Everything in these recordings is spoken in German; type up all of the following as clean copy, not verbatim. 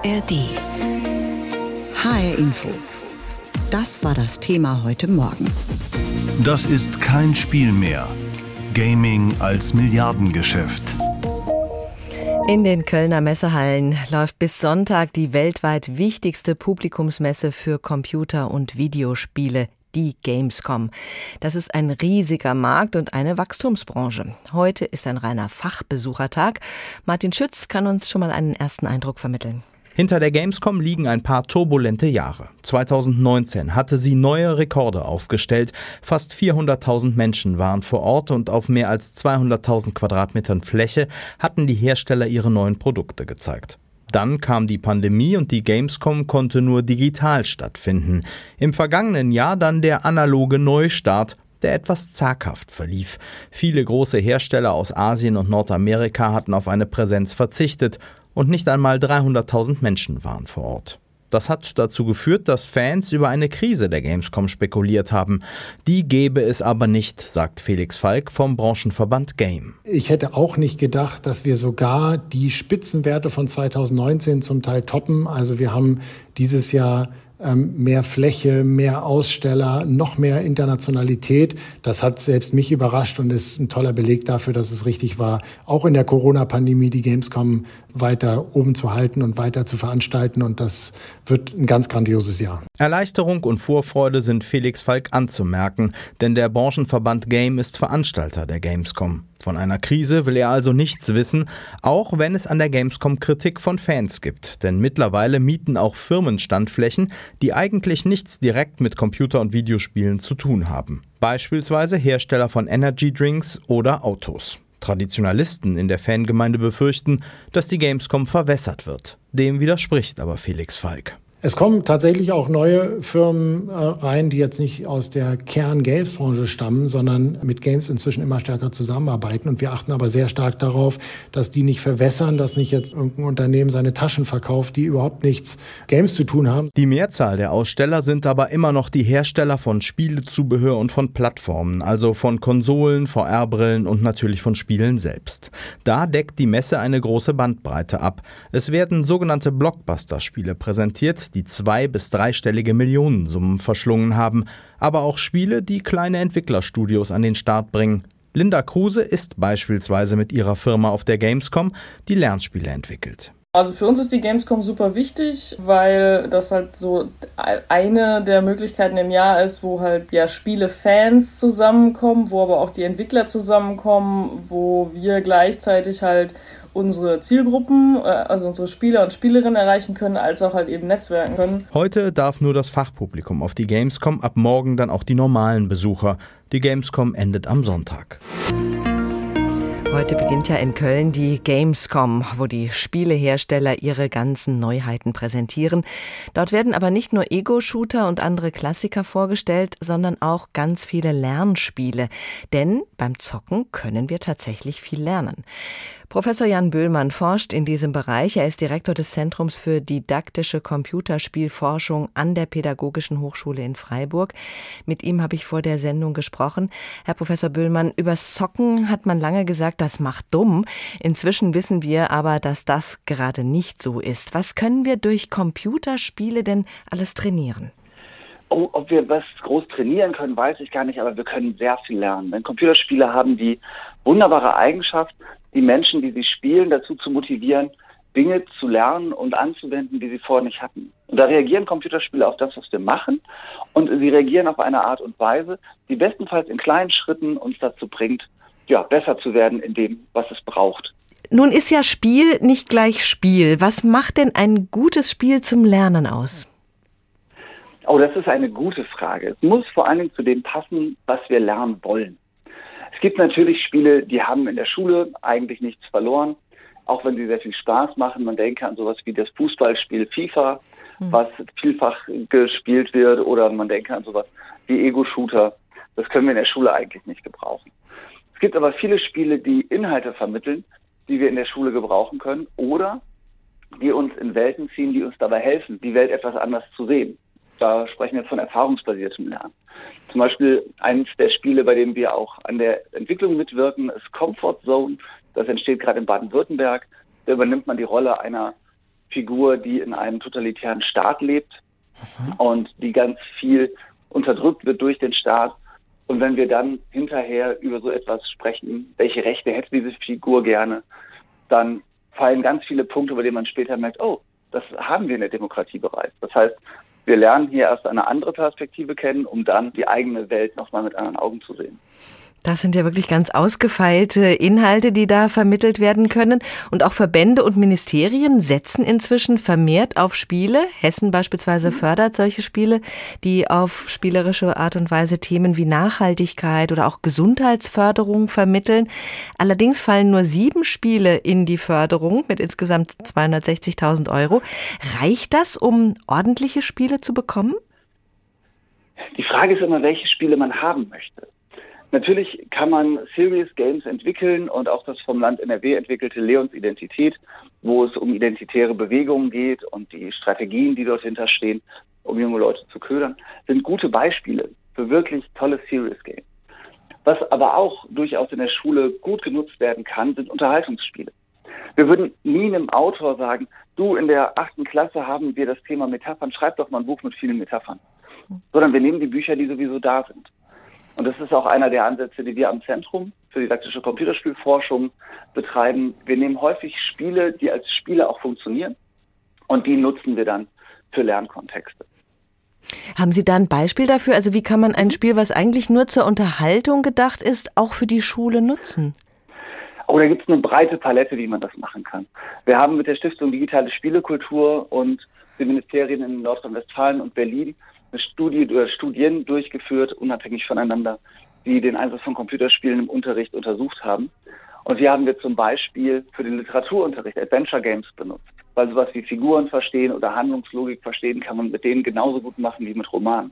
ARD. HR Info. Das war das Thema heute Morgen. Das ist kein Spiel mehr. Gaming als Milliardengeschäft. In den Kölner Messehallen läuft bis Sonntag die weltweit wichtigste Publikumsmesse für Computer- und Videospiele, die Gamescom. Das ist ein riesiger Markt und eine Wachstumsbranche. Heute ist ein reiner Fachbesuchertag. Martin Schütz kann uns schon mal einen ersten Eindruck vermitteln. Hinter der Gamescom liegen ein paar turbulente Jahre. 2019 hatte sie neue Rekorde aufgestellt. Fast 400.000 Menschen waren vor Ort und auf mehr als 200.000 Quadratmetern Fläche hatten die Hersteller ihre neuen Produkte gezeigt. Dann kam die Pandemie und die Gamescom konnte nur digital stattfinden. Im vergangenen Jahr dann der analoge Neustart, der etwas zaghaft verlief. Viele große Hersteller aus Asien und Nordamerika hatten auf eine Präsenz verzichtet und nicht einmal 300.000 Menschen waren vor Ort. Das hat dazu geführt, dass Fans über eine Krise der Gamescom spekuliert haben. Die gäbe es aber nicht, sagt Felix Falk vom Branchenverband Game. Ich hätte auch nicht gedacht, dass wir sogar die Spitzenwerte von 2019 zum Teil toppen. Also wir haben dieses Jahr mehr Fläche, mehr Aussteller, noch mehr Internationalität. Das hat selbst mich überrascht und ist ein toller Beleg dafür, dass es richtig war, auch in der Corona-Pandemie die Gamescom weiter oben zu halten und weiter zu veranstalten. Und das wird ein ganz grandioses Jahr. Erleichterung und Vorfreude sind Felix Falk anzumerken, denn der Branchenverband Game ist Veranstalter der Gamescom. Von einer Krise will er also nichts wissen, auch wenn es an der Gamescom Kritik von Fans gibt. Denn mittlerweile mieten auch Firmen Standflächen, die eigentlich nichts direkt mit Computer- und Videospielen zu tun haben. Beispielsweise Hersteller von Energy Drinks oder Autos. Traditionalisten in der Fangemeinde befürchten, dass die Gamescom verwässert wird. Dem widerspricht aber Felix Falk. Es kommen tatsächlich auch neue Firmen rein, die jetzt nicht aus der Kern-Games-Branche stammen, sondern mit Games inzwischen immer stärker zusammenarbeiten. Und wir achten aber sehr stark darauf, dass die nicht verwässern, dass nicht jetzt irgendein Unternehmen seine Taschen verkauft, die überhaupt nichts Games zu tun haben. Die Mehrzahl der Aussteller sind aber immer noch die Hersteller von Spielezubehör und von Plattformen, also von Konsolen, VR-Brillen und natürlich von Spielen selbst. Da deckt die Messe eine große Bandbreite ab. Es werden sogenannte Blockbuster-Spiele präsentiert, die 2- bis 3-stellige Millionensummen verschlungen haben, aber auch Spiele, die kleine Entwicklerstudios an den Start bringen. Linda Kruse ist beispielsweise mit ihrer Firma auf der Gamescom, die Lernspiele entwickelt. Also für uns ist die Gamescom super wichtig, weil das halt so eine der Möglichkeiten im Jahr ist, wo halt Spiele-Fans zusammenkommen, wo aber auch die Entwickler zusammenkommen, wo wir gleichzeitig halt unsere Zielgruppen, also unsere Spieler und Spielerinnen erreichen können, als auch halt eben netzwerken können. Heute darf nur das Fachpublikum auf die Gamescom, ab morgen dann auch die normalen Besucher. Die Gamescom endet am Sonntag. Heute beginnt ja in Köln die Gamescom, wo die Spielehersteller ihre ganzen Neuheiten präsentieren. Dort werden aber nicht nur Ego-Shooter und andere Klassiker vorgestellt, sondern auch ganz viele Lernspiele. Denn beim Zocken können wir tatsächlich viel lernen. Professor Jan Böhlmann forscht in diesem Bereich. Er ist Direktor des Zentrums für didaktische Computerspielforschung an der Pädagogischen Hochschule in Freiburg. Mit ihm habe ich vor der Sendung gesprochen. Herr Professor Böhlmann, übers Zocken hat man lange gesagt, das macht dumm. Inzwischen wissen wir aber, dass das gerade nicht so ist. Was können wir durch Computerspiele denn alles trainieren? Oh, ob wir was groß trainieren können, weiß ich gar nicht, aber wir können sehr viel lernen. Denn Computerspiele haben die wunderbare Eigenschaft, die Menschen, die sie spielen, dazu zu motivieren, Dinge zu lernen und anzuwenden, die sie vorher nicht hatten. Und da reagieren Computerspiele auf das, was wir machen. Und sie reagieren auf eine Art und Weise, die bestenfalls in kleinen Schritten uns dazu bringt, besser zu werden in dem, was es braucht. Nun ist ja Spiel nicht gleich Spiel. Was macht denn ein gutes Spiel zum Lernen aus? Oh, das ist eine gute Frage. Es muss vor allen Dingen zu dem passen, was wir lernen wollen. Es gibt natürlich Spiele, die haben in der Schule eigentlich nichts verloren, auch wenn sie sehr viel Spaß machen. Man denke an sowas wie das Fußballspiel FIFA, was vielfach gespielt wird, oder man denke an sowas wie Ego-Shooter. Das können wir in der Schule eigentlich nicht gebrauchen. Es gibt aber viele Spiele, die Inhalte vermitteln, die wir in der Schule gebrauchen können oder die uns in Welten ziehen, die uns dabei helfen, die Welt etwas anders zu sehen. Da sprechen wir von erfahrungsbasiertem Lernen. Zum Beispiel eines der Spiele, bei dem wir auch an der Entwicklung mitwirken, ist Comfort Zone. Das entsteht gerade in Baden-Württemberg. Da übernimmt man die Rolle einer Figur, die in einem totalitären Staat lebt und die ganz viel unterdrückt wird durch den Staat. Und wenn wir dann hinterher über so etwas sprechen, welche Rechte hätte diese Figur gerne, dann fallen ganz viele Punkte, über die man später merkt, oh, das haben wir in der Demokratie bereits. Das heißt, wir lernen hier erst eine andere Perspektive kennen, um dann die eigene Welt nochmal mit anderen Augen zu sehen. Das sind ja wirklich ganz ausgefeilte Inhalte, die da vermittelt werden können. Und auch Verbände und Ministerien setzen inzwischen vermehrt auf Spiele. Hessen beispielsweise fördert solche Spiele, die auf spielerische Art und Weise Themen wie Nachhaltigkeit oder auch Gesundheitsförderung vermitteln. Allerdings fallen nur 7 Spiele in die Förderung mit insgesamt 260.000 €. Reicht das, um ordentliche Spiele zu bekommen? Die Frage ist immer, welche Spiele man haben möchte. Natürlich kann man Serious Games entwickeln und auch das vom Land NRW entwickelte Leons Identität, wo es um identitäre Bewegungen geht und die Strategien, die dort hinterstehen, um junge Leute zu ködern, sind gute Beispiele für wirklich tolle Serious Games. Was aber auch durchaus in der Schule gut genutzt werden kann, sind Unterhaltungsspiele. Wir würden nie einem Autor sagen, du, in der 8. Klasse haben wir das Thema Metaphern, schreib doch mal ein Buch mit vielen Metaphern. Sondern wir nehmen die Bücher, die sowieso da sind. Und das ist auch einer der Ansätze, die wir am Zentrum für didaktische Computerspielforschung betreiben. Wir nehmen häufig Spiele, die als Spiele auch funktionieren, und die nutzen wir dann für Lernkontexte. Haben Sie da ein Beispiel dafür? Also wie kann man ein Spiel, was eigentlich nur zur Unterhaltung gedacht ist, auch für die Schule nutzen? Oh, da gibt es eine breite Palette, wie man das machen kann. Wir haben mit der Stiftung Digitale Spielekultur und den Ministerien in Nordrhein-Westfalen und Berlin eine Studie oder Studien durchgeführt, unabhängig voneinander, die den Einsatz von Computerspielen im Unterricht untersucht haben. Und hier haben wir zum Beispiel für den Literaturunterricht Adventure Games benutzt. Weil sowas wie Figuren verstehen oder Handlungslogik verstehen kann man mit denen genauso gut machen wie mit Romanen.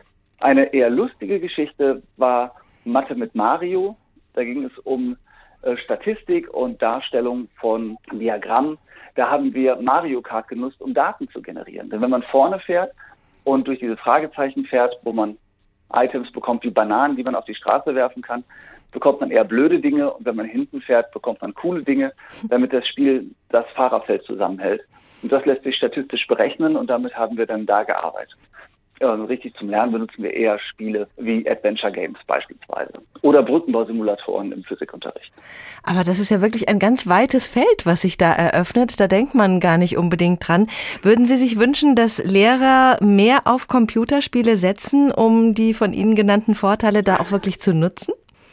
Eine eher lustige Geschichte war Mathe mit Mario. Da ging es um Statistik und Darstellung von Diagrammen. Da haben wir Mario Kart genutzt, um Daten zu generieren. Denn wenn man vorne fährt und durch diese Fragezeichen fährt, wo man Items bekommt wie Bananen, die man auf die Straße werfen kann, bekommt man eher blöde Dinge. Und wenn man hinten fährt, bekommt man coole Dinge, damit das Spiel das Fahrerfeld zusammenhält. Und das lässt sich statistisch berechnen und damit haben wir dann da gearbeitet. Ja, und richtig zum Lernen benutzen wir eher Spiele wie Adventure Games beispielsweise oder Brückenbausimulatoren im Physikunterricht. Aber das ist ja wirklich ein ganz weites Feld, was sich da eröffnet. Da denkt man gar nicht unbedingt dran. Würden Sie sich wünschen, dass Lehrer mehr auf Computerspiele setzen, um die von Ihnen genannten Vorteile da auch wirklich zu nutzen?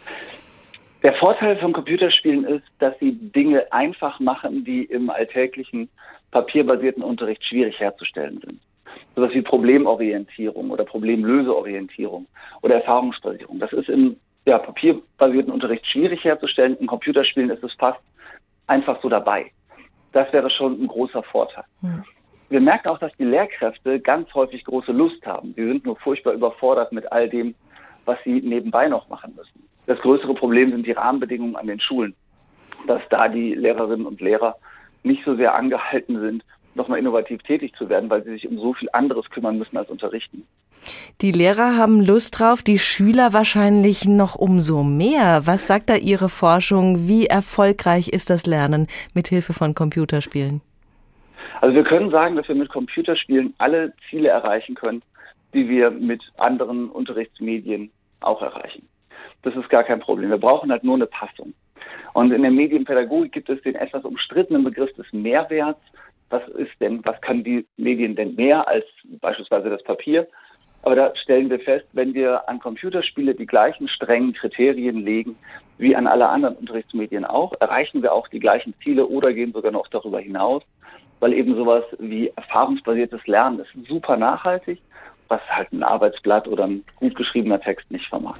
Der Vorteil von Computerspielen ist, dass sie Dinge einfach machen, die im alltäglichen papierbasierten Unterricht schwierig herzustellen sind. Sowas wie Problemorientierung oder Problemlöseorientierung oder Erfahrungsbasierung. Das ist im papierbasierten Unterricht schwierig herzustellen. In Computerspielen ist es fast einfach so dabei. Das wäre schon ein großer Vorteil. Wir merken auch, dass die Lehrkräfte ganz häufig große Lust haben. Sie sind nur furchtbar überfordert mit all dem, was sie nebenbei noch machen müssen. Das größere Problem sind die Rahmenbedingungen an den Schulen. Dass da die Lehrerinnen und Lehrer nicht so sehr angehalten sind, nochmal innovativ tätig zu werden, weil sie sich um so viel anderes kümmern müssen als unterrichten. Die Lehrer haben Lust drauf, die Schüler wahrscheinlich noch umso mehr. Was sagt da Ihre Forschung? Wie erfolgreich ist das Lernen mit Hilfe von Computerspielen? Also wir können sagen, dass wir mit Computerspielen alle Ziele erreichen können, die wir mit anderen Unterrichtsmedien auch erreichen. Das ist gar kein Problem. Wir brauchen halt nur eine Passung. Und in der Medienpädagogik gibt es den etwas umstrittenen Begriff des Mehrwerts. Was können die Medien denn mehr als beispielsweise das Papier? Aber da stellen wir fest, wenn wir an Computerspiele die gleichen strengen Kriterien legen wie an alle anderen Unterrichtsmedien auch, erreichen wir auch die gleichen Ziele oder gehen sogar noch darüber hinaus, weil eben sowas wie erfahrungsbasiertes Lernen ist super nachhaltig, was halt ein Arbeitsblatt oder ein gut geschriebener Text nicht vermacht.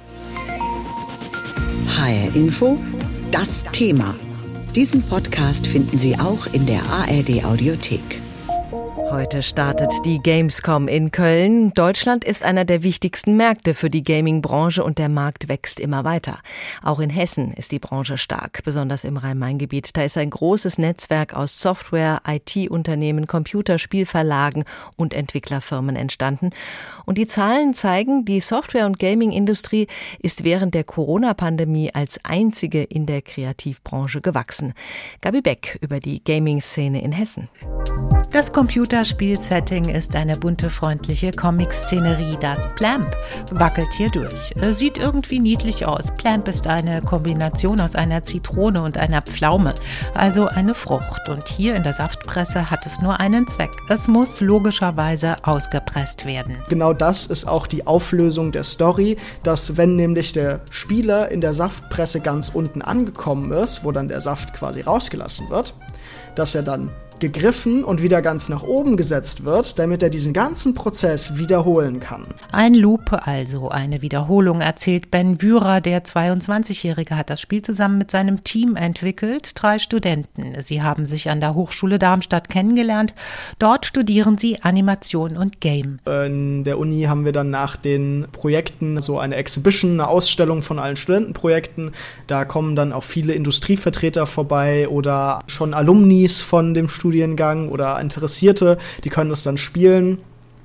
HR Info, das Thema. Diesen Podcast finden Sie auch in der ARD Audiothek. Heute startet die Gamescom in Köln. Deutschland ist einer der wichtigsten Märkte für die Gaming-Branche und der Markt wächst immer weiter. Auch in Hessen ist die Branche stark, besonders im Rhein-Main-Gebiet. Da ist ein großes Netzwerk aus Software, IT-Unternehmen, Computerspielverlagen und Entwicklerfirmen entstanden. Und die Zahlen zeigen, die Software- und Gaming-Industrie ist während der Corona-Pandemie als einzige in der Kreativbranche gewachsen. Gabi Beck über die Gaming-Szene in Hessen. Das Computerspiel-Setting ist eine bunte, freundliche Comic-Szenerie. Das Plamp wackelt hier durch. Sieht irgendwie niedlich aus. Plamp ist eine Kombination aus einer Zitrone und einer Pflaume, also eine Frucht. Und hier in der Saftpresse hat es nur einen Zweck. Es muss logischerweise ausgepresst werden. Genau das ist auch die Auflösung der Story, dass wenn nämlich der Spieler in der Saftpresse ganz unten angekommen ist, wo dann der Saft quasi rausgelassen wird, dass er dann gegriffen und wieder ganz nach oben gesetzt wird, damit er diesen ganzen Prozess wiederholen kann. Ein Loop, also eine Wiederholung, erzählt Ben Wyra. Der 22-Jährige hat das Spiel zusammen mit seinem Team entwickelt, 3 Studenten. Sie haben sich an der Hochschule Darmstadt kennengelernt. Dort studieren sie Animation und Game. In der Uni haben wir dann nach den Projekten so eine Exhibition, eine Ausstellung von allen Studentenprojekten. Da kommen dann auch viele Industrievertreter vorbei oder schon Alumnis von dem Studiengang oder Interessierte, die können das dann spielen.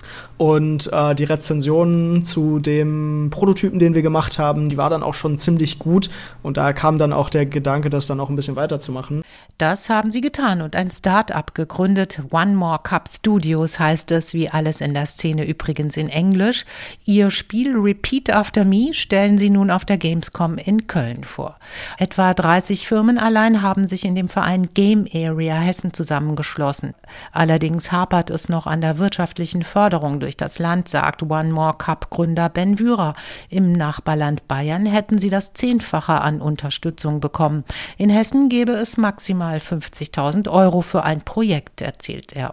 Und die Rezensionen zu dem Prototypen, den wir gemacht haben, die war dann auch schon ziemlich gut. Und da kam dann auch der Gedanke, das dann auch ein bisschen weiterzumachen. Das haben sie getan und ein Start-up gegründet. One More Cup Studios heißt es, wie alles in der Szene übrigens in Englisch. Ihr Spiel Repeat After Me stellen sie nun auf der Gamescom in Köln vor. Etwa 30 Firmen allein haben sich in dem Verein Game Area Hessen zusammengeschlossen. Allerdings hapert es noch an der wirtschaftlichen Förderung durch das Land, sagt One More Cup Gründer Ben Wyra. Im Nachbarland Bayern hätten sie das 10-fache an Unterstützung bekommen. In Hessen gäbe es maximal 50.000 € für ein Projekt, erzählt er.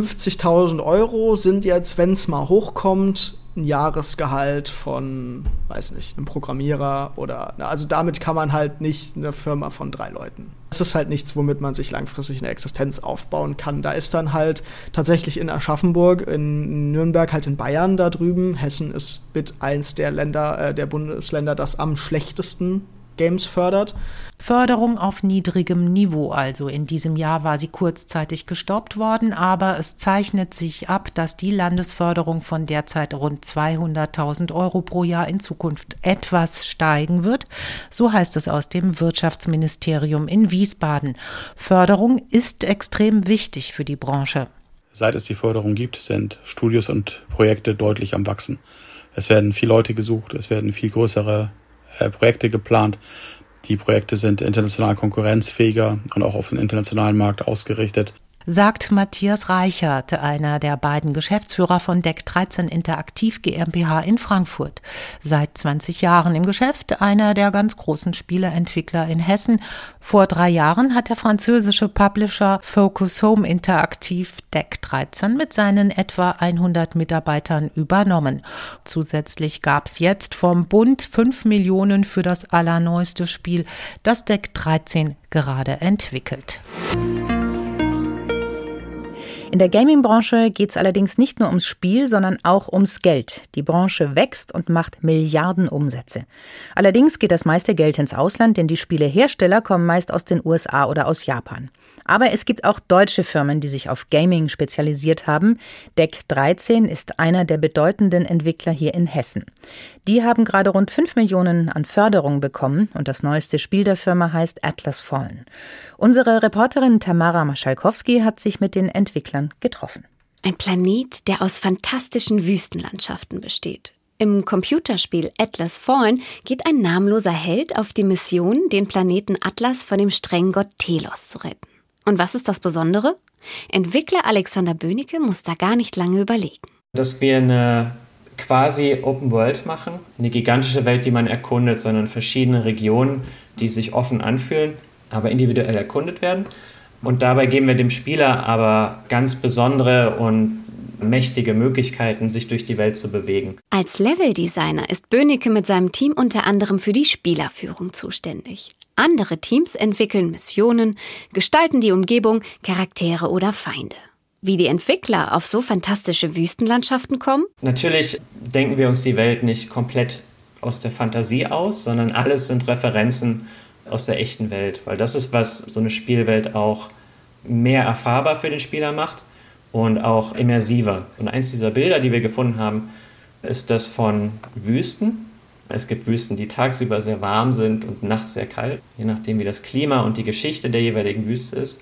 50.000 € sind jetzt, wenn es mal hochkommt, ein Jahresgehalt von, weiß nicht, einem Programmierer oder, also damit kann man halt nicht eine Firma von 3 Leuten. Das ist halt nichts, womit man sich langfristig eine Existenz aufbauen kann. Da ist dann halt tatsächlich in Aschaffenburg, in Nürnberg, halt in Bayern da drüben. Hessen ist mit eins der Länder, der Bundesländer, das am schlechtesten Games fördert. Förderung auf niedrigem Niveau also. In diesem Jahr war sie kurzzeitig gestoppt worden, aber es zeichnet sich ab, dass die Landesförderung von derzeit rund 200.000 € pro Jahr in Zukunft etwas steigen wird. So heißt es aus dem Wirtschaftsministerium in Wiesbaden. Förderung ist extrem wichtig für die Branche. Seit es die Förderung gibt, sind Studios und Projekte deutlich am Wachsen. Es werden viele Leute gesucht, es werden viel größere Projekte geplant. Die Projekte sind international konkurrenzfähiger und auch auf den internationalen Markt ausgerichtet. Sagt Matthias Reichert, einer der beiden Geschäftsführer von Deck 13 Interaktiv GmbH in Frankfurt. Seit 20 Jahren im Geschäft, einer der ganz großen Spieleentwickler in Hessen. Vor 3 Jahren hat der französische Publisher Focus Home Interaktiv Deck 13 mit seinen etwa 100 Mitarbeitern übernommen. Zusätzlich gab es jetzt vom Bund 5 Millionen für das allerneueste Spiel, das Deck 13 gerade entwickelt. In der Gaming-Branche geht es allerdings nicht nur ums Spiel, sondern auch ums Geld. Die Branche wächst und macht Milliarden Umsätze. Allerdings geht das meiste Geld ins Ausland, denn die Spielehersteller kommen meist aus den USA oder aus Japan. Aber es gibt auch deutsche Firmen, die sich auf Gaming spezialisiert haben. Deck 13 ist einer der bedeutenden Entwickler hier in Hessen. Die haben gerade rund 5 Millionen an Förderung bekommen und das neueste Spiel der Firma heißt Atlas Fallen. Unsere Reporterin Tamara Maschalkowski hat sich mit den Entwicklern getroffen. Ein Planet, der aus fantastischen Wüstenlandschaften besteht. Im Computerspiel Atlas Fallen geht ein namenloser Held auf die Mission, den Planeten Atlas vor dem strengen Gott Telos zu retten. Und was ist das Besondere? Entwickler Alexander Böhnecke muss da gar nicht lange überlegen. Dass wir eine quasi Open World machen, eine gigantische Welt, die man erkundet, sondern verschiedene Regionen, die sich offen anfühlen, aber individuell erkundet werden. Und dabei geben wir dem Spieler aber ganz besondere und mächtige Möglichkeiten, sich durch die Welt zu bewegen. Als Leveldesigner ist Böhnecke mit seinem Team unter anderem für die Spielerführung zuständig. Andere Teams entwickeln Missionen, gestalten die Umgebung, Charaktere oder Feinde. Wie die Entwickler auf so fantastische Wüstenlandschaften kommen? Natürlich denken wir uns die Welt nicht komplett aus der Fantasie aus, sondern alles sind Referenzen aus der echten Welt. Weil das ist, was so eine Spielwelt auch mehr erfahrbar für den Spieler macht und auch immersiver. Und eins dieser Bilder, die wir gefunden haben, ist das von Wüsten. Es gibt Wüsten, die tagsüber sehr warm sind und nachts sehr kalt, je nachdem wie das Klima und die Geschichte der jeweiligen Wüste ist.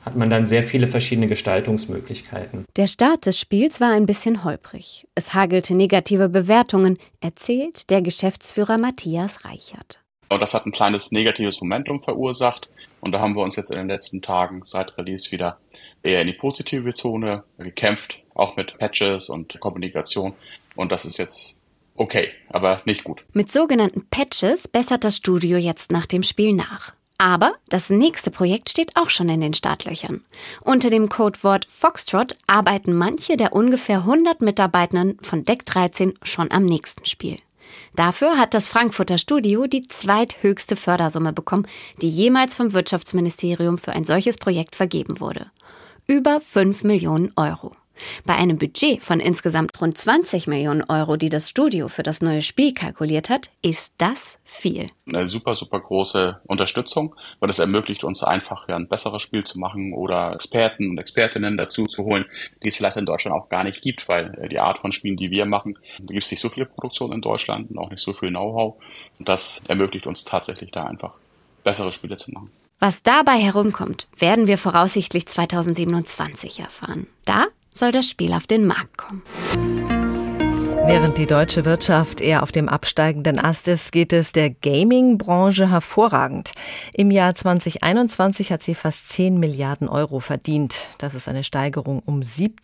hat man dann sehr viele verschiedene Gestaltungsmöglichkeiten. Der Start des Spiels war ein bisschen holprig. Es hagelte negative Bewertungen, erzählt der Geschäftsführer Matthias Reichert. Und das hat ein kleines negatives Momentum verursacht. Und da haben wir uns jetzt in den letzten Tagen seit Release wieder eher in die positive Zone gekämpft, auch mit Patches und Kommunikation. Und das ist jetzt okay, aber nicht gut. Mit sogenannten Patches bessert das Studio jetzt nach dem Spiel nach. Aber das nächste Projekt steht auch schon in den Startlöchern. Unter dem Codewort Foxtrot arbeiten manche der ungefähr 100 Mitarbeitenden von Deck 13 schon am nächsten Spiel. Dafür hat das Frankfurter Studio die zweithöchste Fördersumme bekommen, die jemals vom Wirtschaftsministerium für ein solches Projekt vergeben wurde. Über 5 Millionen Euro. Bei einem Budget von insgesamt rund 20 Millionen Euro, die das Studio für das neue Spiel kalkuliert hat, ist das viel. Eine super, super große Unterstützung, weil es ermöglicht uns einfach ein besseres Spiel zu machen oder Experten und Expertinnen dazu zu holen, die es vielleicht in Deutschland auch gar nicht gibt, weil die Art von Spielen, die wir machen, da gibt es nicht so viele Produktionen in Deutschland und auch nicht so viel Know-how. Und das ermöglicht uns tatsächlich da einfach bessere Spiele zu machen. Was dabei herumkommt, werden wir voraussichtlich 2027 erfahren. Da soll das Spiel auf den Markt kommen. Während die deutsche Wirtschaft eher auf dem absteigenden Ast ist, geht es der Gaming-Branche hervorragend. Im Jahr 2021 hat sie fast 10 Milliarden Euro verdient. Das ist eine Steigerung um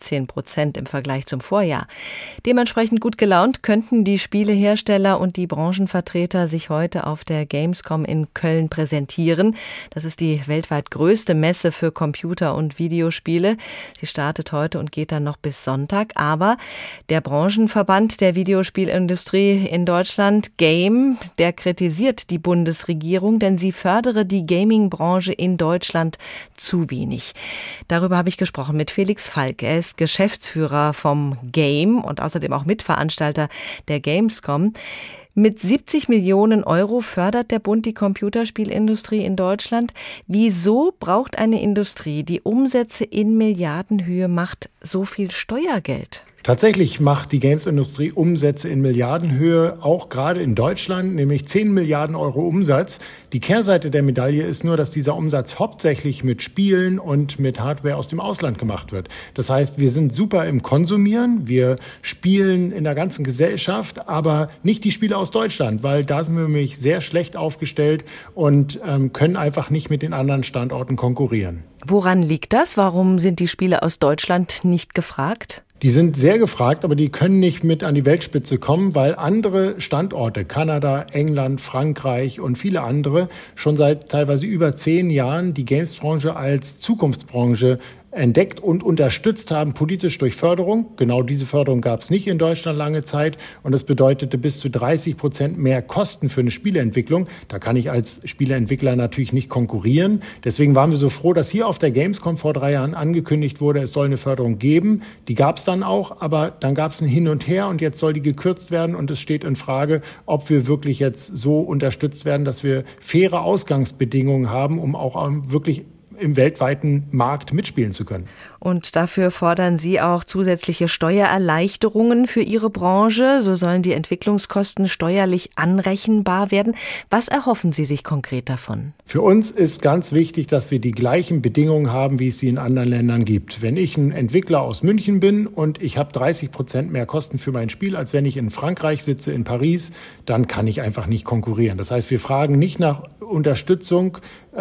17% im Vergleich zum Vorjahr. Dementsprechend gut gelaunt könnten die Spielehersteller und die Branchenvertreter sich heute auf der Gamescom in Köln präsentieren. Das ist die weltweit größte Messe für Computer- und Videospiele. Sie startet heute und geht dann noch bis Sonntag. Aber der Branchenverband der Videospielindustrie in Deutschland, Game, der kritisiert die Bundesregierung, denn sie fördere die Gaming-Branche in Deutschland zu wenig. Darüber habe ich gesprochen mit Felix Falk. Er ist Geschäftsführer vom Game und außerdem auch Mitveranstalter der Gamescom. Mit 70 Millionen Euro fördert der Bund die Computerspielindustrie in Deutschland. Wieso braucht eine Industrie, die Umsätze in Milliardenhöhe macht, so viel Steuergeld? Tatsächlich macht die Games-Industrie Umsätze in Milliardenhöhe, auch gerade in Deutschland, nämlich 10 Milliarden Euro Umsatz. Die Kehrseite der Medaille ist nur, dass dieser Umsatz hauptsächlich mit Spielen und mit Hardware aus dem Ausland gemacht wird. Das heißt, wir sind super im Konsumieren, wir spielen in der ganzen Gesellschaft, aber nicht die Spiele aus Deutschland, weil da sind wir nämlich sehr schlecht aufgestellt und können einfach nicht mit den anderen Standorten konkurrieren. Woran liegt das? Warum sind die Spiele aus Deutschland nicht gefragt? Die sind sehr gefragt, aber die können nicht mit an die Weltspitze kommen, weil andere Standorte, Kanada, England, Frankreich und viele andere, schon seit teilweise über 10 Jahren die Gamesbranche als Zukunftsbranche entdeckt und unterstützt haben, politisch durch Förderung. Genau diese Förderung gab es nicht in Deutschland lange Zeit und das bedeutete bis zu 30% mehr Kosten für eine Spieleentwicklung. Da kann ich als Spieleentwickler natürlich nicht konkurrieren. Deswegen waren wir so froh, dass hier auf der Gamescom vor 3 Jahren angekündigt wurde, es soll eine Förderung geben. Die gab es dann auch, aber dann gab es ein Hin und Her und jetzt soll die gekürzt werden und es steht in Frage, ob wir wirklich jetzt so unterstützt werden, dass wir faire Ausgangsbedingungen haben, um auch wirklich im weltweiten Markt mitspielen zu können. Und dafür fordern Sie auch zusätzliche Steuererleichterungen für Ihre Branche. So sollen die Entwicklungskosten steuerlich anrechenbar werden. Was erhoffen Sie sich konkret davon? Für uns ist ganz wichtig, dass wir die gleichen Bedingungen haben, wie es sie in anderen Ländern gibt. Wenn ich ein Entwickler aus München bin und ich habe 30% mehr Kosten für mein Spiel, als wenn ich in Frankreich sitze, in Paris, dann kann ich einfach nicht konkurrieren. Das heißt, wir fragen nicht nach Unterstützung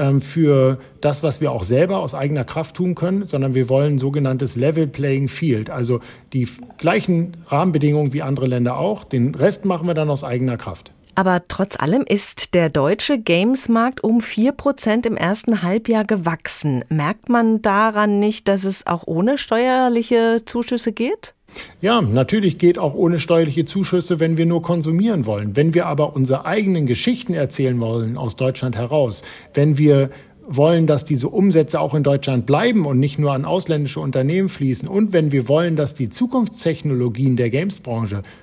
für das, was wir auch selber aus eigener Kraft tun können, sondern wir wollen ein sogenanntes Level Playing Field, also die gleichen Rahmenbedingungen wie andere Länder auch. Den Rest machen wir dann aus eigener Kraft. Aber trotz allem ist der deutsche Games-Markt um 4% im ersten Halbjahr gewachsen. Merkt man daran nicht, dass es auch ohne steuerliche Zuschüsse geht? Ja, natürlich geht auch ohne steuerliche Zuschüsse, wenn wir nur konsumieren wollen. Wenn wir aber unsere eigenen Geschichten erzählen wollen aus Deutschland heraus, wenn wir wollen, dass diese Umsätze auch in Deutschland bleiben und nicht nur an ausländische Unternehmen fließen und wenn wir wollen, dass die Zukunftstechnologien der Gamesbranche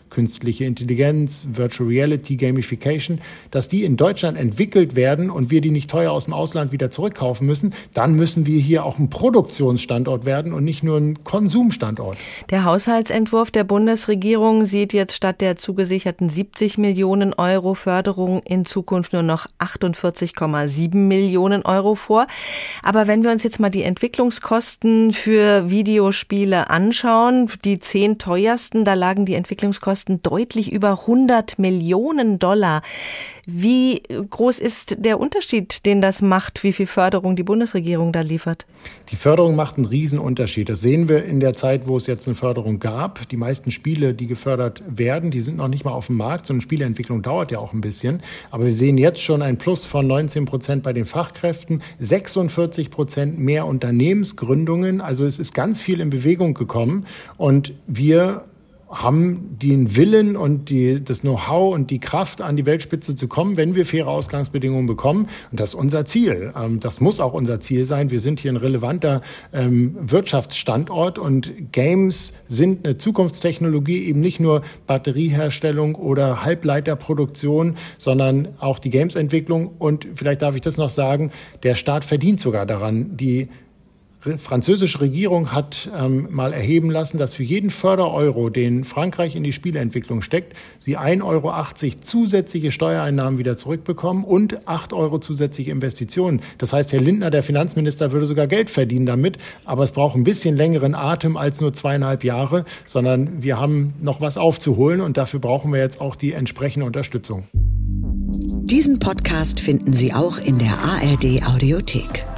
künstliche Intelligenz, Virtual Reality, Gamification, dass die in Deutschland entwickelt werden und wir die nicht teuer aus dem Ausland wieder zurückkaufen müssen, dann müssen wir hier auch ein Produktionsstandort werden und nicht nur ein Konsumstandort. Der Haushaltsentwurf der Bundesregierung sieht jetzt statt der zugesicherten 70 Millionen Euro Förderung in Zukunft nur noch 48,7 Millionen Euro vor. Aber wenn wir uns jetzt mal die Entwicklungskosten für Videospiele anschauen, die 10 teuersten, da lagen die Entwicklungskosten deutlich über 100 Millionen $. Wie groß ist der Unterschied, den das macht, wie viel Förderung die Bundesregierung da liefert? Die Förderung macht einen Riesenunterschied. Das sehen wir in der Zeit, wo es jetzt eine Förderung gab. Die meisten Spiele, die gefördert werden, die sind noch nicht mal auf dem Markt. So eine Spieleentwicklung dauert ja auch ein bisschen. Aber wir sehen jetzt schon ein Plus von 19% bei den Fachkräften, 46% mehr Unternehmensgründungen. Also es ist ganz viel in Bewegung gekommen und wir haben den Willen und das Know-how und die Kraft, an die Weltspitze zu kommen, wenn wir faire Ausgangsbedingungen bekommen. Und das ist unser Ziel. Das muss auch unser Ziel sein. Wir sind hier ein relevanter Wirtschaftsstandort und Games sind eine Zukunftstechnologie, eben nicht nur Batterieherstellung oder Halbleiterproduktion, sondern auch die Games-Entwicklung. Und vielleicht darf ich das noch sagen, der Staat verdient sogar daran. Die französische Regierung hat mal erheben lassen, dass für jeden Fördereuro, den Frankreich in die Spieleentwicklung steckt, sie 1,80 Euro zusätzliche Steuereinnahmen wieder zurückbekommen und 8 Euro zusätzliche Investitionen. Das heißt, Herr Lindner, der Finanzminister, würde sogar Geld verdienen damit. Aber es braucht ein bisschen längeren Atem als nur 2,5 Jahre, sondern wir haben noch was aufzuholen und dafür brauchen wir jetzt auch die entsprechende Unterstützung. Diesen Podcast finden Sie auch in der ARD Audiothek.